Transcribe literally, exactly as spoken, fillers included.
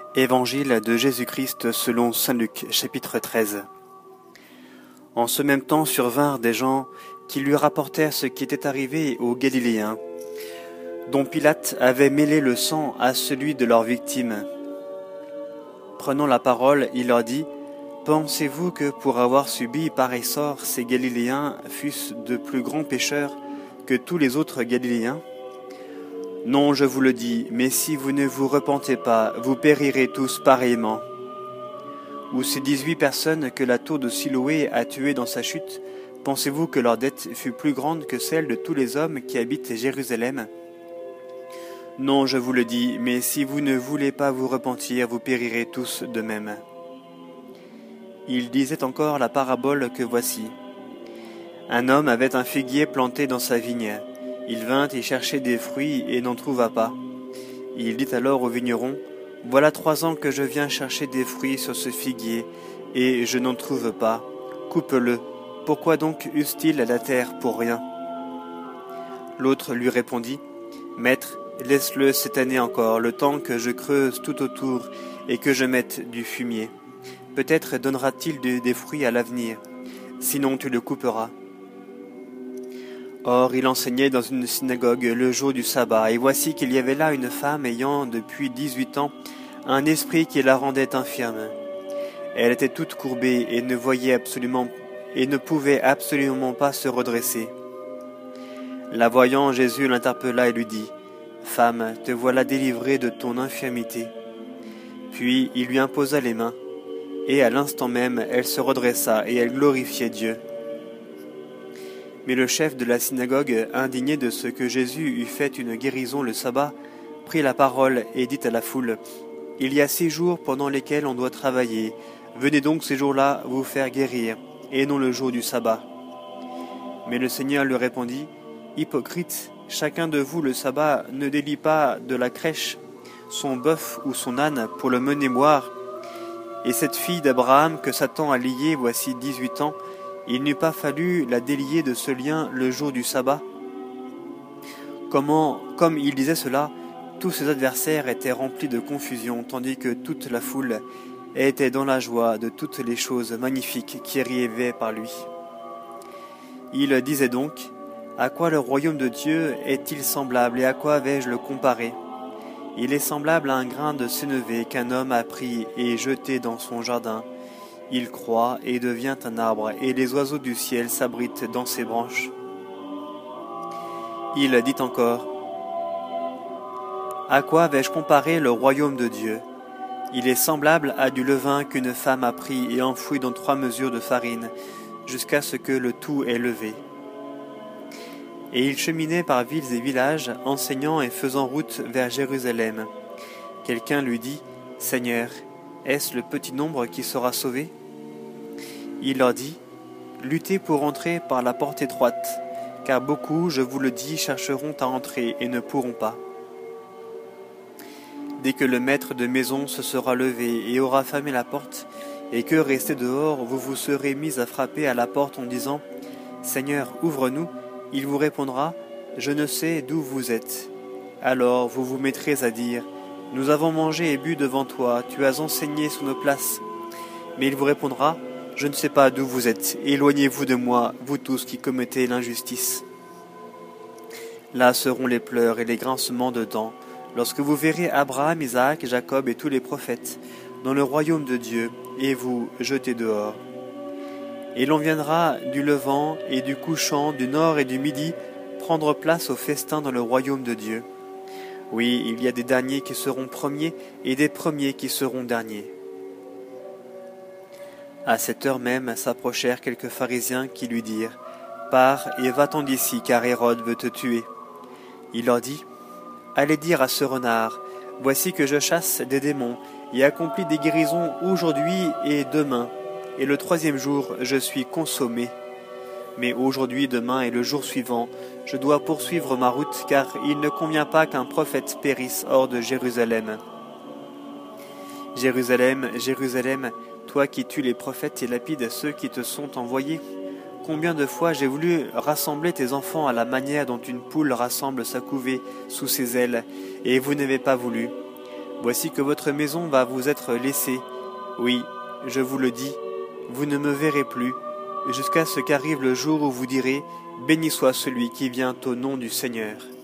Évangile de Jésus-Christ selon saint Luc, chapitre treize. En ce même temps survinrent des gens qui lui rapportèrent ce qui était arrivé aux Galiléens, dont Pilate avait mêlé le sang à celui de leurs victimes. Prenant la parole, il leur dit : « Pensez-vous que pour avoir subi pareil sort, ces Galiléens fussent de plus grands pécheurs que tous les autres Galiléens ? Non, je vous le dis, mais si vous ne vous repentez pas, vous périrez tous pareillement. Ou ces dix-huit personnes que la tour de Siloé a tuées dans sa chute, pensez-vous que leur dette fut plus grande que celle de tous les hommes qui habitent Jérusalem ? Non, je vous le dis, mais si vous ne voulez pas vous repentir, vous périrez tous de même. » Il disait encore la parabole que voici. Un homme avait un figuier planté dans sa vigne. Il vint y chercher des fruits et n'en trouva pas. Il dit alors au vigneron : « Voilà trois ans que je viens chercher des fruits sur ce figuier, et je n'en trouve pas. Coupe-le. Pourquoi donc use-t-il la terre pour rien ?» L'autre lui répondit : « Maître, laisse-le cette année encore, le temps que je creuse tout autour et que je mette du fumier. Peut-être donnera-t-il des fruits à l'avenir. Sinon tu le couperas. » Or, il enseignait dans une synagogue le jour du sabbat, et voici qu'il y avait là une femme ayant depuis dix-huit ans un esprit qui la rendait infirme. Elle était toute courbée et ne voyait absolument et ne pouvait absolument pas se redresser. La voyant, Jésus l'interpella et lui dit : « Femme, te voilà délivrée de ton infirmité. » Puis il lui imposa les mains, et à l'instant même elle se redressa et elle glorifiait Dieu. Mais le chef de la synagogue, indigné de ce que Jésus eût fait une guérison le sabbat, prit la parole et dit à la foule : « Il y a six jours pendant lesquels on doit travailler. Venez donc ces jours-là vous faire guérir, et non le jour du sabbat. » Mais le Seigneur lui répondit : « Hypocrite, chacun de vous le sabbat ne délie pas de la crèche son bœuf ou son âne pour le mener boire. Et cette fille d'Abraham que Satan a liée voici dix-huit ans, il n'eût pas fallu la délier de ce lien le jour du sabbat. » Comment, comme il disait cela, tous ses adversaires étaient remplis de confusion, tandis que toute la foule était dans la joie de toutes les choses magnifiques qui arrivaient par lui. Il disait donc : « À quoi le royaume de Dieu est-il semblable et à quoi vais-je le comparer ? Il est semblable à un grain de sénévé qu'un homme a pris et jeté dans son jardin. Il croît et devient un arbre, et les oiseaux du ciel s'abritent dans ses branches. » Il dit encore : « À quoi vais-je comparer le royaume de Dieu ? Il est semblable à du levain qu'une femme a pris et enfoui dans trois mesures de farine, jusqu'à ce que le tout ait levé. » Et il cheminait par villes et villages, enseignant et faisant route vers Jérusalem. Quelqu'un lui dit : « Seigneur, est-ce le petit nombre qui sera sauvé ? » Il leur dit : « Luttez pour entrer par la porte étroite, car beaucoup, je vous le dis, chercheront à entrer et ne pourront pas. Dès que le maître de maison se sera levé et aura fermé la porte, et que, restés dehors, vous vous serez mis à frapper à la porte en disant : Seigneur, ouvre-nous, il vous répondra : Je ne sais d'où vous êtes. Alors vous vous mettrez à dire : Nous avons mangé et bu devant toi, tu as enseigné sur nos places. Mais il vous répondra : Je ne sais pas d'où vous êtes, éloignez-vous de moi, vous tous qui commettez l'injustice. Là seront les pleurs et les grincements de dents, lorsque vous verrez Abraham, Isaac, Jacob et tous les prophètes dans le royaume de Dieu, et vous jetés dehors. Et l'on viendra du levant et du couchant, du nord et du midi, prendre place au festin dans le royaume de Dieu. Oui, il y a des derniers qui seront premiers, et des premiers qui seront derniers. » À cette heure même s'approchèrent quelques pharisiens qui lui dirent : « Pars et va-t'en d'ici, car Hérode veut te tuer. » Il leur dit : « Allez dire à ce renard : Voici que je chasse des démons et accomplis des guérisons aujourd'hui et demain, et le troisième jour je suis consommé. Mais aujourd'hui, demain et le jour suivant, je dois poursuivre ma route, car il ne convient pas qu'un prophète périsse hors de Jérusalem. Jérusalem, Jérusalem, toi qui tues les prophètes et lapides ceux qui te sont envoyés, combien de fois j'ai voulu rassembler tes enfants à la manière dont une poule rassemble sa couvée sous ses ailes, et vous n'avez pas voulu. Voici que votre maison va vous être laissée. Oui, je vous le dis, vous ne me verrez plus, jusqu'à ce qu'arrive le jour où vous direz, béni soit celui qui vient au nom du Seigneur.